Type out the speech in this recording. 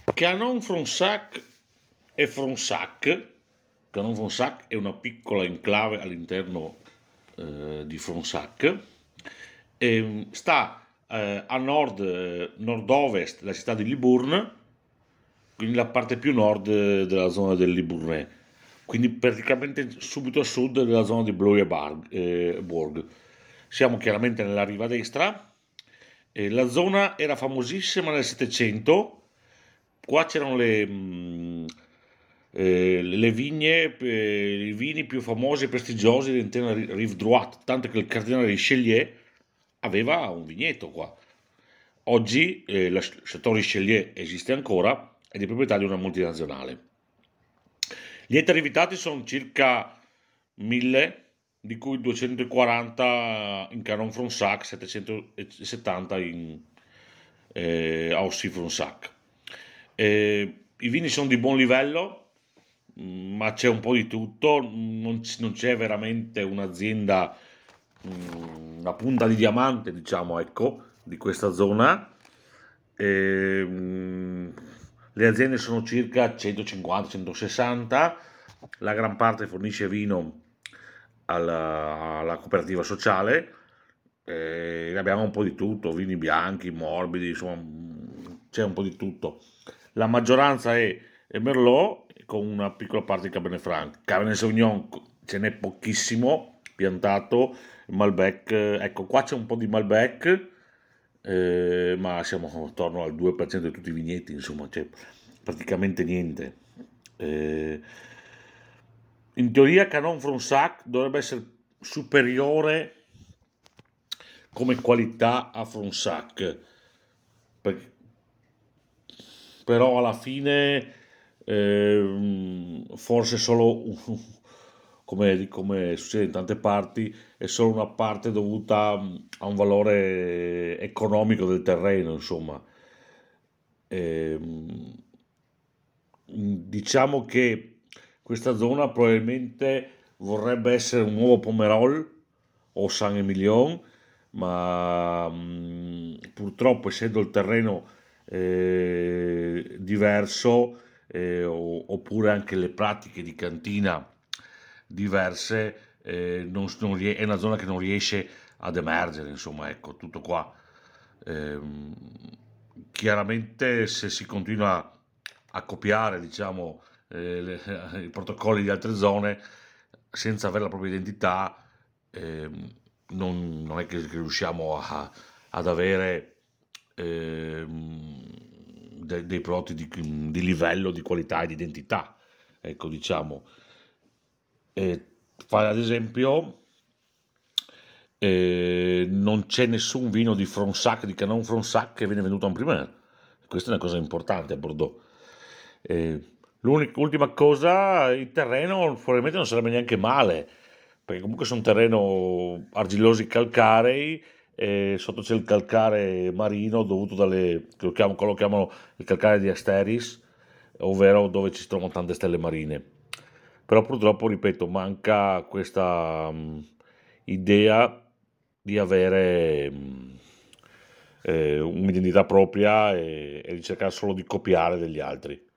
Canon Fronsac e Fronsac. Canon Fronsac è una piccola enclave all'interno di Fronsac. Sta a nord-ovest della città di Libourne, quindi la parte più nord della zona del Libournais, quindi praticamente subito a sud della zona di Blois-Bourg. Siamo chiaramente nella riva destra. La zona era famosissima nel Settecento. Qua c'erano le vigne, i vini più famosi e prestigiosi dell'intera Rive Droite, tanto che il cardinale Richelieu aveva un vigneto qua. Oggi la Chateau Richelieu esiste ancora ed è proprietà di una multinazionale. Gli ettari evitati sono circa 1000, di cui 240 in Caron Fronsac, 770 in Aussie Fronsac. I vini sono di buon livello, ma c'è un po' di tutto, non c'è veramente un'azienda, una punta di diamante, diciamo, ecco, di questa zona. Le aziende sono circa 150-160, la gran parte fornisce vino alla cooperativa sociale, abbiamo un po' di tutto, vini bianchi, morbidi, insomma c'è un po' di tutto. La maggioranza è Merlot con una piccola parte di Cabernet Franc. Cabernet Sauvignon ce n'è pochissimo piantato, Malbec, ecco qua c'è un po' di Malbec, ma siamo attorno al 2% di tutti i vigneti, insomma c'è praticamente niente. In teoria Canon Fronsac dovrebbe essere superiore come qualità a Fronsac, però alla fine forse solo come succede in tante parti, è solo una parte dovuta a un valore economico del terreno, insomma. Diciamo che questa zona probabilmente vorrebbe essere un nuovo Pomerol o San Emilion, ma purtroppo essendo il terreno diverso, oppure anche le pratiche di cantina diverse, è una zona che non riesce ad emergere, insomma, ecco, tutto qua. Ehm, Chiaramente se si continua a copiare, diciamo, i protocolli di altre zone senza avere la propria identità, non è che riusciamo ad avere dei prodotti di livello, di qualità e di identità. Ecco, diciamo, ad esempio, non c'è nessun vino di Fronsac, di Canon Fronsac che viene venduto en primeur. Questa è una cosa importante a Bordeaux. L'ultima cosa, il terreno probabilmente non sarebbe neanche male, perché comunque sono terreno argillosi calcarei, e sotto c'è il calcare marino dovuto quello che chiamano il calcare di Asteris, ovvero dove ci si trovano tante stelle marine. Però purtroppo, ripeto, manca questa idea di avere un'identità propria e di cercare solo di copiare degli altri.